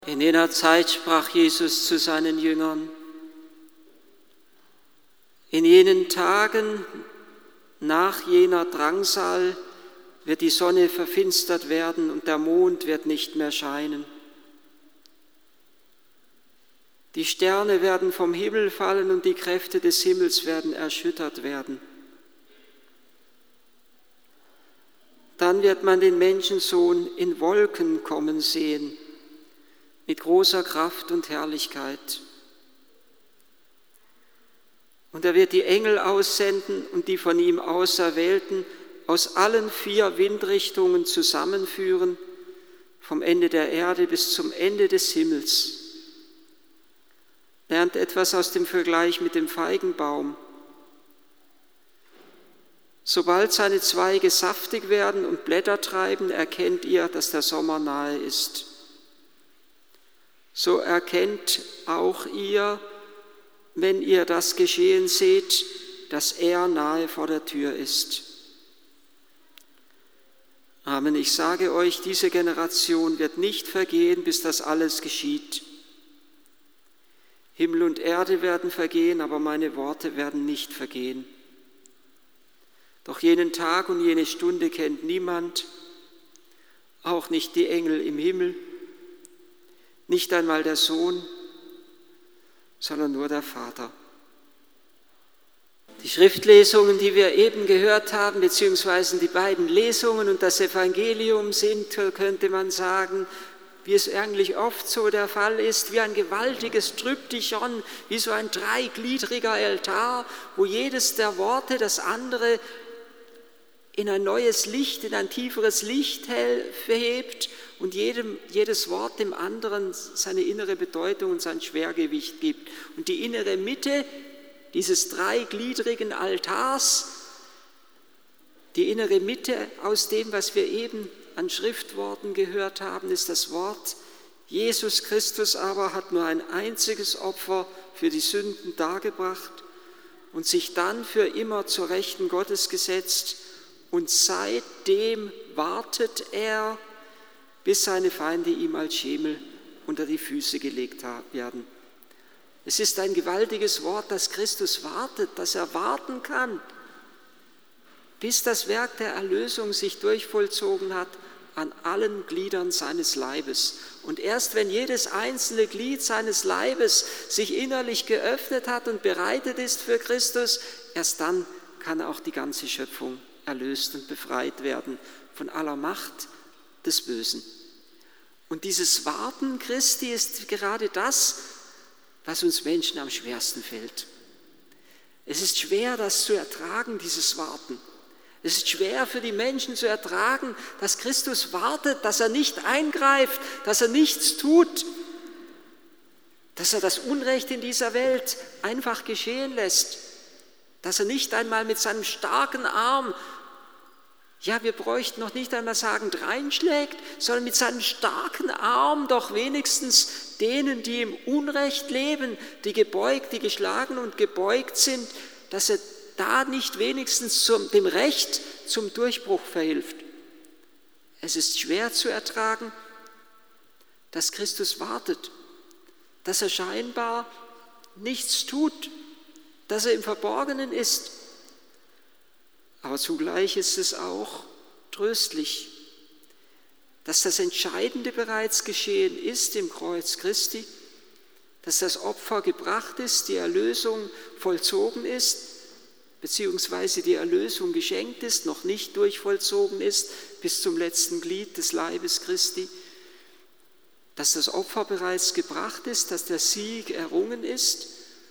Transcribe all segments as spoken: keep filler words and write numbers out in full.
In jener Zeit sprach Jesus zu seinen Jüngern: In jenen Tagen nach jener Drangsal wird die Sonne verfinstert werden und der Mond wird nicht mehr scheinen. Die Sterne werden vom Himmel fallen und die Kräfte des Himmels werden erschüttert werden. Dann wird man den Menschensohn in Wolken kommen sehen, mit großer Kraft und Herrlichkeit. Und er wird die Engel aussenden und die von ihm Auserwählten aus allen vier Windrichtungen zusammenführen, vom Ende der Erde bis zum Ende des Himmels. Lernt etwas aus dem Vergleich mit dem Feigenbaum. Sobald seine Zweige saftig werden und Blätter treiben, erkennt ihr, dass der Sommer nahe ist. So erkennt auch ihr, wenn ihr das geschehen seht, dass er nahe vor der Tür ist. Amen, ich sage euch, diese Generation wird nicht vergehen, bis das alles geschieht. Himmel und Erde werden vergehen, aber meine Worte werden nicht vergehen. Doch jenen Tag und jene Stunde kennt niemand, auch nicht die Engel im Himmel, nicht einmal der Sohn, sondern nur der Vater. Die Schriftlesungen, die wir eben gehört haben, beziehungsweise die beiden Lesungen und das Evangelium sind, könnte man sagen, wie es eigentlich oft so der Fall ist, wie ein gewaltiges Tryptychon, wie so ein dreigliedriger Altar, wo jedes der Worte das andere in ein neues Licht, in ein tieferes Licht hebt und jedem, jedes Wort dem anderen seine innere Bedeutung und sein Schwergewicht gibt. Und die innere Mitte dieses dreigliedrigen Altars, die innere Mitte aus dem, was wir eben an Schriftworten gehört haben, ist das Wort: Jesus Christus aber hat nur ein einziges Opfer für die Sünden dargebracht und sich dann für immer zur Rechten Gottes gesetzt, und seitdem wartet er, bis seine Feinde ihm als Schemel unter die Füße gelegt werden. Es ist ein gewaltiges Wort, dass Christus wartet, dass er warten kann, bis das Werk der Erlösung sich durchvollzogen hat an allen Gliedern seines Leibes. Und erst wenn jedes einzelne Glied seines Leibes sich innerlich geöffnet hat und bereitet ist für Christus, erst dann kann auch die ganze Schöpfung erlöst und befreit werden von aller Macht des Bösen. Und dieses Warten Christi ist gerade das, was uns Menschen am schwersten fällt. Es ist schwer, das zu ertragen, dieses Warten. Es ist schwer für die Menschen zu ertragen, dass Christus wartet, dass er nicht eingreift, dass er nichts tut, dass er das Unrecht in dieser Welt einfach geschehen lässt, dass er nicht einmal mit seinem starken Arm, ja, wir bräuchten noch nicht einmal sagen, dreinschlägt, sondern mit seinem starken Arm doch wenigstens denen, die im Unrecht leben, die gebeugt, die geschlagen und gebeugt sind, dass er da nicht wenigstens zum, dem Recht zum Durchbruch verhilft. Es ist schwer zu ertragen, dass Christus wartet, dass er scheinbar nichts tut, dass er im Verborgenen ist. Aber zugleich ist es auch tröstlich, dass das Entscheidende bereits geschehen ist im Kreuz Christi, dass das Opfer gebracht ist, die Erlösung vollzogen ist, beziehungsweise die Erlösung geschenkt ist, noch nicht durchvollzogen ist bis zum letzten Glied des Leibes Christi, dass das Opfer bereits gebracht ist, dass der Sieg errungen ist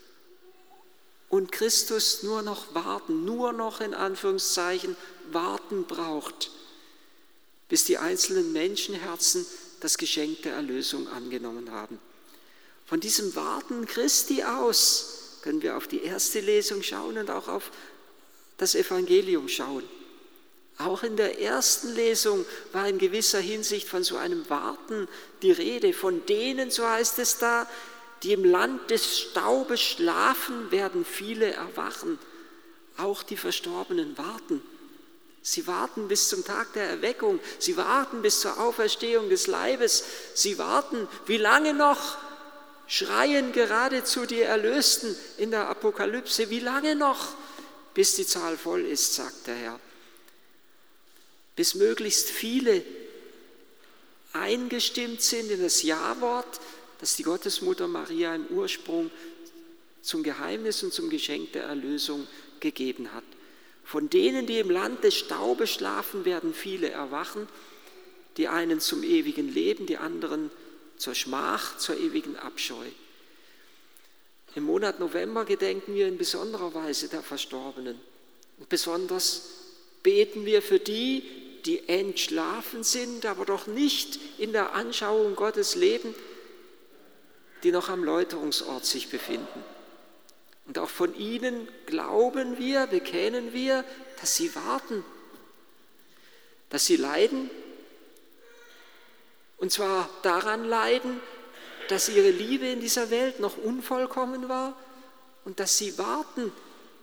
und Christus nur noch warten, nur noch in Anführungszeichen warten braucht, bis die einzelnen Menschenherzen das Geschenk der Erlösung angenommen haben. Von diesem Warten Christi aus können wir auf die erste Lesung schauen und auch auf das Evangelium schauen. Auch in der ersten Lesung war in gewisser Hinsicht von so einem Warten die Rede. Von denen, so heißt es da, die im Land des Staubes schlafen, werden viele erwachen. Auch die Verstorbenen warten. Sie warten bis zum Tag der Erweckung. Sie warten bis zur Auferstehung des Leibes. Sie warten, wie lange noch? Schreien geradezu die Erlösten in der Apokalypse. Wie lange noch, bis die Zahl voll ist, sagt der Herr. Bis möglichst viele eingestimmt sind in das Ja-Wort, das die Gottesmutter Maria im Ursprung zum Geheimnis und zum Geschenk der Erlösung gegeben hat. Von denen, die im Land des Staubes schlafen, werden viele erwachen, die einen zum ewigen Leben, die anderen zur Schmach, zur ewigen Abscheu. Im Monat November gedenken wir in besonderer Weise der Verstorbenen. Und besonders beten wir für die, die entschlafen sind, aber doch nicht in der Anschauung Gottes leben, die noch am Läuterungsort sich befinden. Und auch von ihnen glauben wir, bekennen wir, dass sie warten, dass sie leiden, und zwar daran leiden, dass ihre Liebe in dieser Welt noch unvollkommen war und dass sie warten,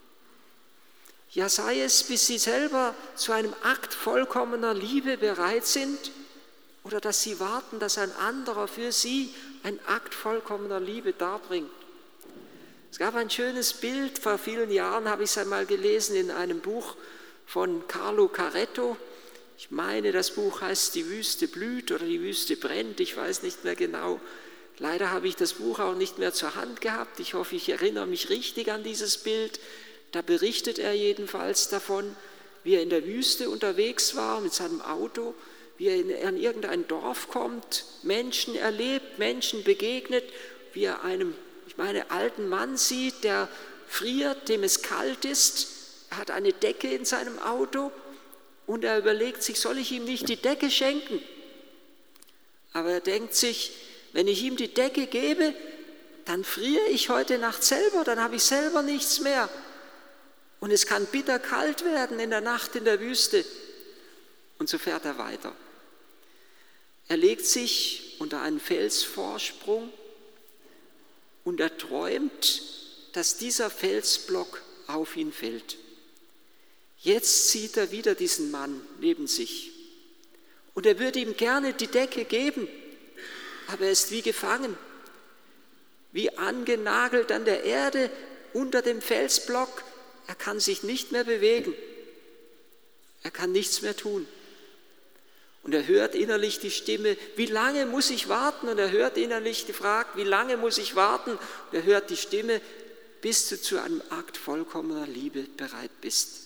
ja sei es, bis sie selber zu einem Akt vollkommener Liebe bereit sind, oder dass sie warten, dass ein anderer für sie einen Akt vollkommener Liebe darbringt. Es gab ein schönes Bild, vor vielen Jahren habe ich es einmal gelesen in einem Buch von Carlo Caretto. Ich meine, das Buch heißt Die Wüste blüht oder Die Wüste brennt, ich weiß nicht mehr genau. Leider habe ich das Buch auch nicht mehr zur Hand gehabt. Ich hoffe, ich erinnere mich richtig an dieses Bild. Da berichtet er jedenfalls davon, wie er in der Wüste unterwegs war mit seinem Auto, wie er in, in irgendein Dorf kommt, Menschen erlebt, Menschen begegnet, wie er einem, ich meine, alten Mann sieht, der friert, dem es kalt ist. Er hat eine Decke in seinem Auto und er überlegt sich, soll ich ihm nicht die Decke schenken? Aber er denkt sich, wenn ich ihm die Decke gebe, dann friere ich heute Nacht selber, dann habe ich selber nichts mehr. Und es kann bitter kalt werden in der Nacht in der Wüste. Und so fährt er weiter. Er legt sich unter einen Felsvorsprung und er träumt, dass dieser Felsblock auf ihn fällt. Jetzt sieht er wieder diesen Mann neben sich. Und er würde ihm gerne die Decke geben, aber er ist wie gefangen, wie angenagelt an der Erde unter dem Felsblock. Er kann sich nicht mehr bewegen. Er kann nichts mehr tun. Und er hört innerlich die Stimme, wie lange muss ich warten? Und er hört innerlich die Frage, wie lange muss ich warten? Und er hört die Stimme, bis du zu einem Akt vollkommener Liebe bereit bist.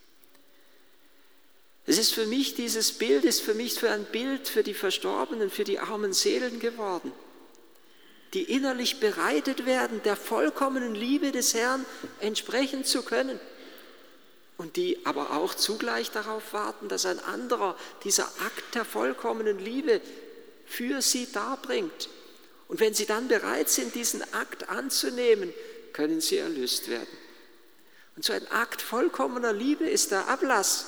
Es ist für mich, dieses Bild ist für mich für ein Bild für die Verstorbenen, für die armen Seelen geworden, die innerlich bereitet werden, der vollkommenen Liebe des Herrn entsprechen zu können und die aber auch zugleich darauf warten, dass ein anderer dieser Akt der vollkommenen Liebe für sie darbringt. Und wenn sie dann bereit sind, diesen Akt anzunehmen, können sie erlöst werden. Und so ein Akt vollkommener Liebe ist der Ablass.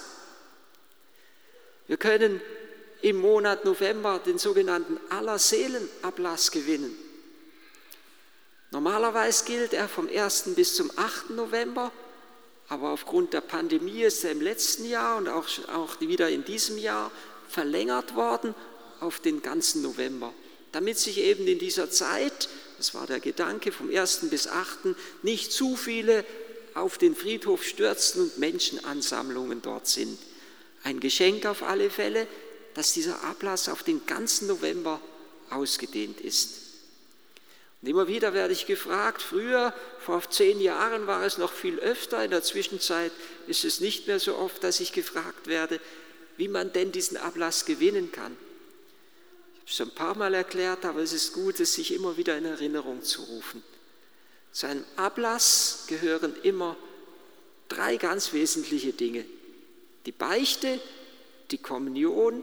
Wir können im Monat November den sogenannten Allerseelenablass gewinnen. Normalerweise gilt er vom ersten bis zum achten November, aber aufgrund der Pandemie ist er im letzten Jahr und auch, auch wieder in diesem Jahr verlängert worden auf den ganzen November, damit sich eben in dieser Zeit, das war der Gedanke vom ersten bis achten, nicht zu viele auf den Friedhof stürzen und Menschenansammlungen dort sind. Ein Geschenk auf alle Fälle, dass dieser Ablass auf den ganzen November ausgedehnt ist. Und immer wieder werde ich gefragt, früher, vor zehn Jahren war es noch viel öfter, in der Zwischenzeit ist es nicht mehr so oft, dass ich gefragt werde, wie man denn diesen Ablass gewinnen kann. Ich habe es schon ein paar Mal erklärt, aber es ist gut, es sich immer wieder in Erinnerung zu rufen. Zu einem Ablass gehören immer drei ganz wesentliche Dinge. Die Beichte, die Kommunion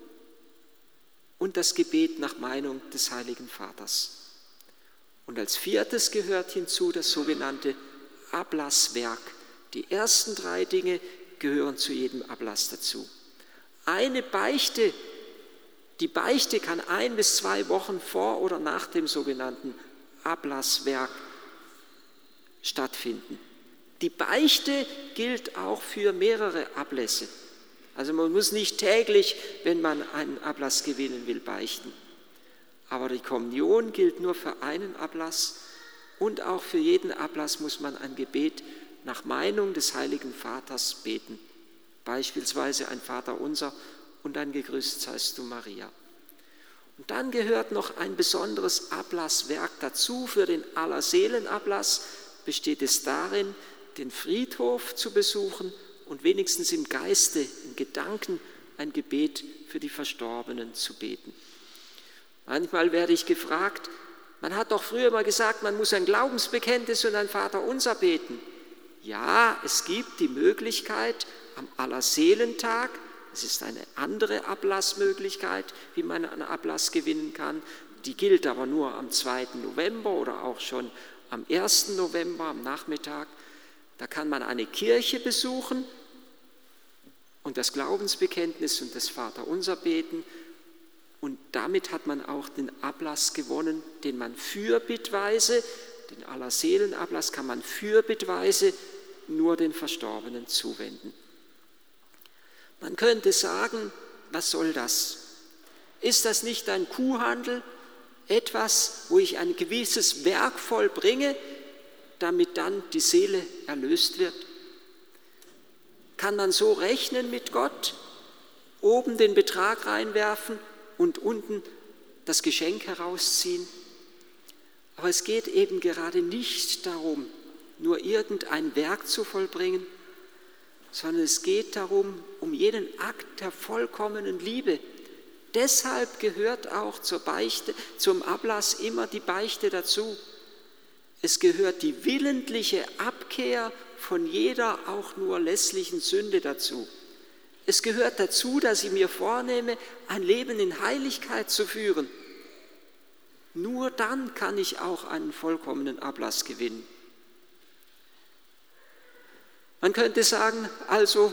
und das Gebet nach Meinung des Heiligen Vaters. Und als viertes gehört hinzu das sogenannte Ablasswerk. Die ersten drei Dinge gehören zu jedem Ablass dazu. Eine Beichte, die Beichte kann ein bis zwei Wochen vor oder nach dem sogenannten Ablasswerk stattfinden. Die Beichte gilt auch für mehrere Ablässe. Also man muss nicht täglich, wenn man einen Ablass gewinnen will, beichten. Aber die Kommunion gilt nur für einen Ablass und auch für jeden Ablass muss man ein Gebet nach Meinung des Heiligen Vaters beten. Beispielsweise ein Vaterunser und ein Gegrüßt seist du, Maria. Und dann gehört noch ein besonderes Ablasswerk dazu. Für den Allerseelenablass besteht es darin, den Friedhof zu besuchen und wenigstens im Geiste, in Gedanken ein Gebet für die Verstorbenen zu beten. Manchmal werde ich gefragt, man hat doch früher mal gesagt, man muss ein Glaubensbekenntnis und ein Vaterunser beten. Ja, es gibt die Möglichkeit am Allerseelentag, es ist eine andere Ablassmöglichkeit, wie man einen Ablass gewinnen kann. Die gilt aber nur am zweiten November oder auch schon am ersten November am Nachmittag. Da kann man eine Kirche besuchen und das Glaubensbekenntnis und das Vaterunser beten. Und damit hat man auch den Ablass gewonnen, den man fürbittweise, den Allerseelenablass kann man fürbittweise nur den Verstorbenen zuwenden. Man könnte sagen, was soll das? Ist das nicht ein Kuhhandel? Etwas, wo ich ein gewisses Werk vollbringe, damit dann die Seele erlöst wird? Kann man so rechnen mit Gott? Oben den Betrag reinwerfen und unten das Geschenk herausziehen? Aber es geht eben gerade nicht darum, nur irgendein Werk zu vollbringen, sondern es geht darum, um jeden Akt der vollkommenen Liebe. Deshalb gehört auch zur Beichte, zum Ablass immer die Beichte dazu. Es gehört die willentliche Abkehr von jeder auch nur lässlichen Sünde dazu. Es gehört dazu, dass ich mir vornehme, ein Leben in Heiligkeit zu führen. Nur dann kann ich auch einen vollkommenen Ablass gewinnen. Man könnte sagen, also,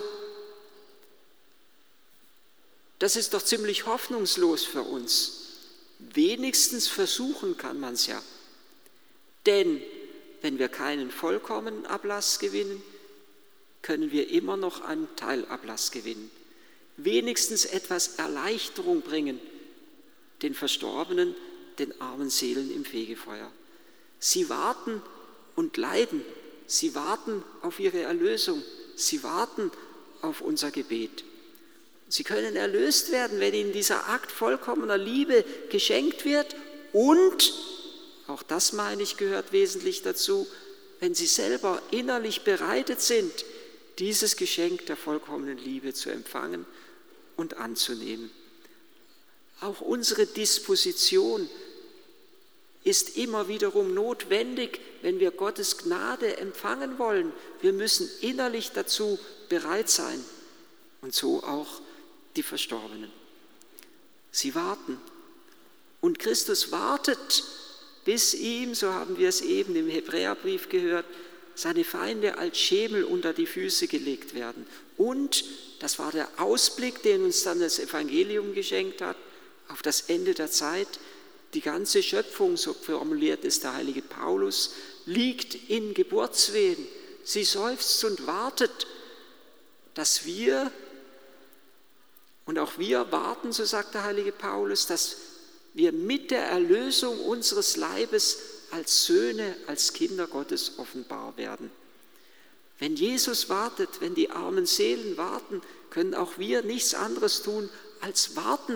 das ist doch ziemlich hoffnungslos für uns. Wenigstens versuchen kann man es ja. Denn wenn wir keinen vollkommenen Ablass gewinnen, können wir immer noch einen Teilablass gewinnen. Wenigstens etwas Erleichterung bringen den Verstorbenen, den armen Seelen im Fegefeuer. Sie warten und leiden. Sie warten auf ihre Erlösung. Sie warten auf unser Gebet. Sie können erlöst werden, wenn ihnen dieser Akt vollkommener Liebe geschenkt wird und, auch das meine ich, gehört wesentlich dazu, wenn sie selber innerlich bereitet sind, dieses Geschenk der vollkommenen Liebe zu empfangen und anzunehmen. Auch unsere Disposition ist immer wiederum notwendig, wenn wir Gottes Gnade empfangen wollen. Wir müssen innerlich dazu bereit sein und so auch die Verstorbenen. Sie warten und Christus wartet, bis ihm, so haben wir es eben im Hebräerbrief gehört, seine Feinde als Schemel unter die Füße gelegt werden. Und, das war der Ausblick, den uns dann das Evangelium geschenkt hat, auf das Ende der Zeit, die ganze Schöpfung, so formuliert es der heilige Paulus, liegt in Geburtswehen. Sie seufzt und wartet, dass wir, und auch wir warten, so sagt der heilige Paulus, dass wir mit der Erlösung unseres Leibes als Söhne, als Kinder Gottes offenbar werden. Wenn Jesus wartet, wenn die armen Seelen warten, können auch wir nichts anderes tun als warten,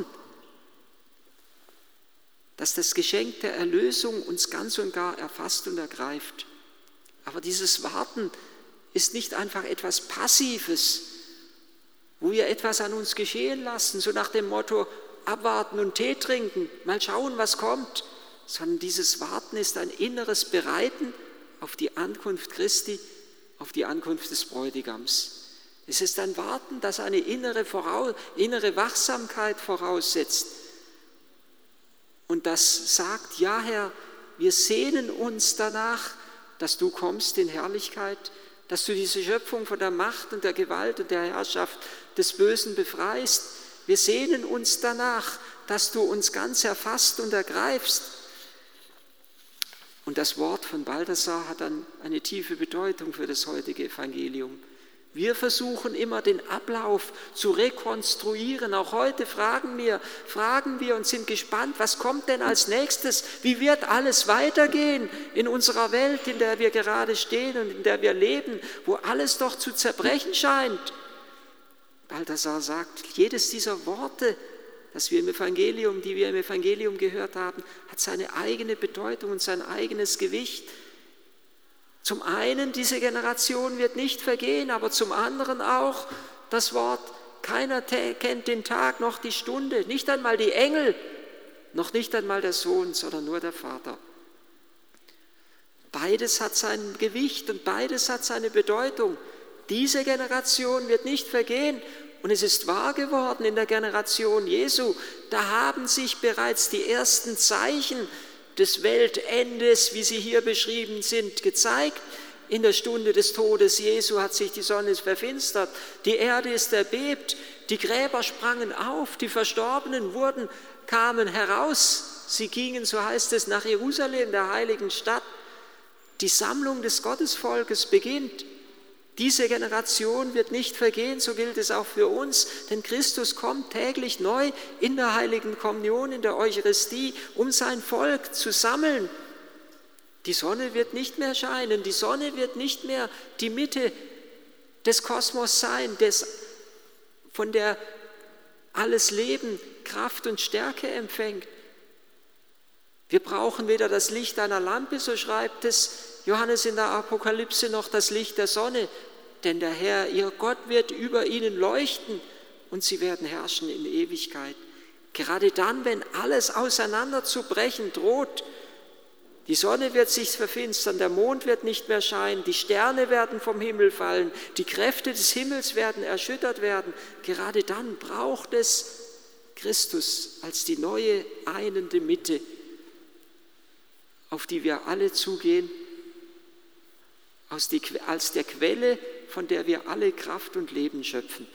dass das Geschenk der Erlösung uns ganz und gar erfasst und ergreift. Aber dieses Warten ist nicht einfach etwas Passives, wo wir etwas an uns geschehen lassen, so nach dem Motto, abwarten und Tee trinken, mal schauen, was kommt, sondern dieses Warten ist ein inneres Bereiten auf die Ankunft Christi, auf die Ankunft des Bräutigams. Es ist ein Warten, das eine innere, Voraus-, innere Wachsamkeit voraussetzt und das sagt, ja Herr, wir sehnen uns danach, dass du kommst in Herrlichkeit, dass du diese Schöpfung von der Macht und der Gewalt und der Herrschaft des Bösen befreist. Wir sehnen uns danach, dass du uns ganz erfasst und ergreifst. Und das Wort von Balthasar hat dann eine tiefe Bedeutung für das heutige Evangelium. Wir versuchen immer den Ablauf zu rekonstruieren. Auch heute fragen wir, fragen wir und sind gespannt, was kommt denn als nächstes? Wie wird alles weitergehen in unserer Welt, in der wir gerade stehen und in der wir leben, wo alles doch zu zerbrechen scheint? Balthasar sagt, jedes dieser Worte, das wir im Evangelium, die wir im Evangelium gehört haben, hat seine eigene Bedeutung und sein eigenes Gewicht. Zum einen, diese Generation wird nicht vergehen, aber zum anderen auch das Wort, keiner kennt den Tag noch die Stunde, nicht einmal die Engel, noch nicht einmal der Sohn, sondern nur der Vater. Beides hat sein Gewicht und beides hat seine Bedeutung. Diese Generation wird nicht vergehen und es ist wahr geworden in der Generation Jesu. Da haben sich bereits die ersten Zeichen des Weltendes, wie sie hier beschrieben sind, gezeigt. In der Stunde des Todes Jesu hat sich die Sonne verfinstert, die Erde ist erbebt, die Gräber sprangen auf, die Verstorbenen wurden, kamen heraus. Sie gingen, so heißt es, nach Jerusalem, der heiligen Stadt. Die Sammlung des Gottesvolkes beginnt. Diese Generation wird nicht vergehen, so gilt es auch für uns, denn Christus kommt täglich neu in der heiligen Kommunion, in der Eucharistie, um sein Volk zu sammeln. Die Sonne wird nicht mehr scheinen, die Sonne wird nicht mehr die Mitte des Kosmos sein, des, von der alles Leben, Kraft und Stärke empfängt. Wir brauchen weder das Licht einer Lampe, so schreibt es Johannes in der Apokalypse, noch das Licht der Sonne, denn der Herr, ihr Gott, wird über ihnen leuchten und sie werden herrschen in Ewigkeit. Gerade dann, wenn alles auseinanderzubrechen droht, die Sonne wird sich verfinstern, der Mond wird nicht mehr scheinen, die Sterne werden vom Himmel fallen, die Kräfte des Himmels werden erschüttert werden. Gerade dann braucht es Christus als die neue einende Mitte, auf die wir alle zugehen, als der Quelle, von der wir alle Kraft und Leben schöpfen.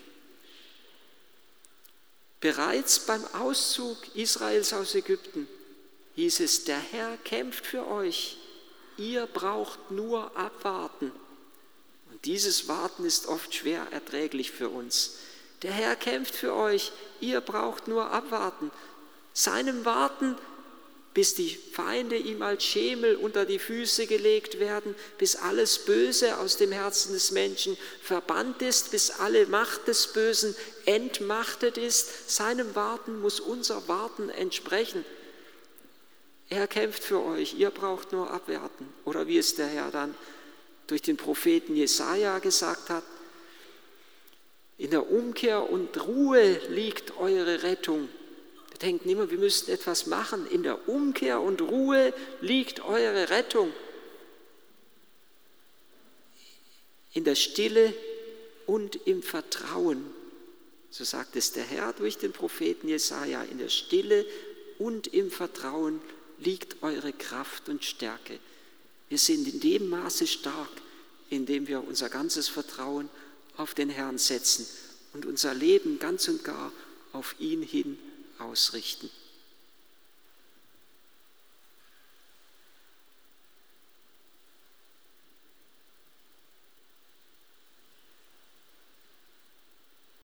Bereits beim Auszug Israels aus Ägypten hieß es, der Herr kämpft für euch, ihr braucht nur abwarten. Und dieses Warten ist oft schwer erträglich für uns. Der Herr kämpft für euch, ihr braucht nur abwarten. Seinem Warten, bis die Feinde ihm als Schemel unter die Füße gelegt werden, bis alles Böse aus dem Herzen des Menschen verbannt ist, bis alle Macht des Bösen entmachtet ist. Seinem Warten muss unser Warten entsprechen. Er kämpft für euch, ihr braucht nur abwarten. Oder wie es der Herr dann durch den Propheten Jesaja gesagt hat, in der Umkehr und Ruhe liegt eure Rettung. Wir denken immer, wir müssten etwas machen. In der Umkehr und Ruhe liegt eure Rettung. In der Stille und im Vertrauen. So sagt es der Herr durch den Propheten Jesaja. In der Stille und im Vertrauen liegt eure Kraft und Stärke. Wir sind in dem Maße stark, in dem wir unser ganzes Vertrauen auf den Herrn setzen und unser Leben ganz und gar auf ihn hin ausrichten.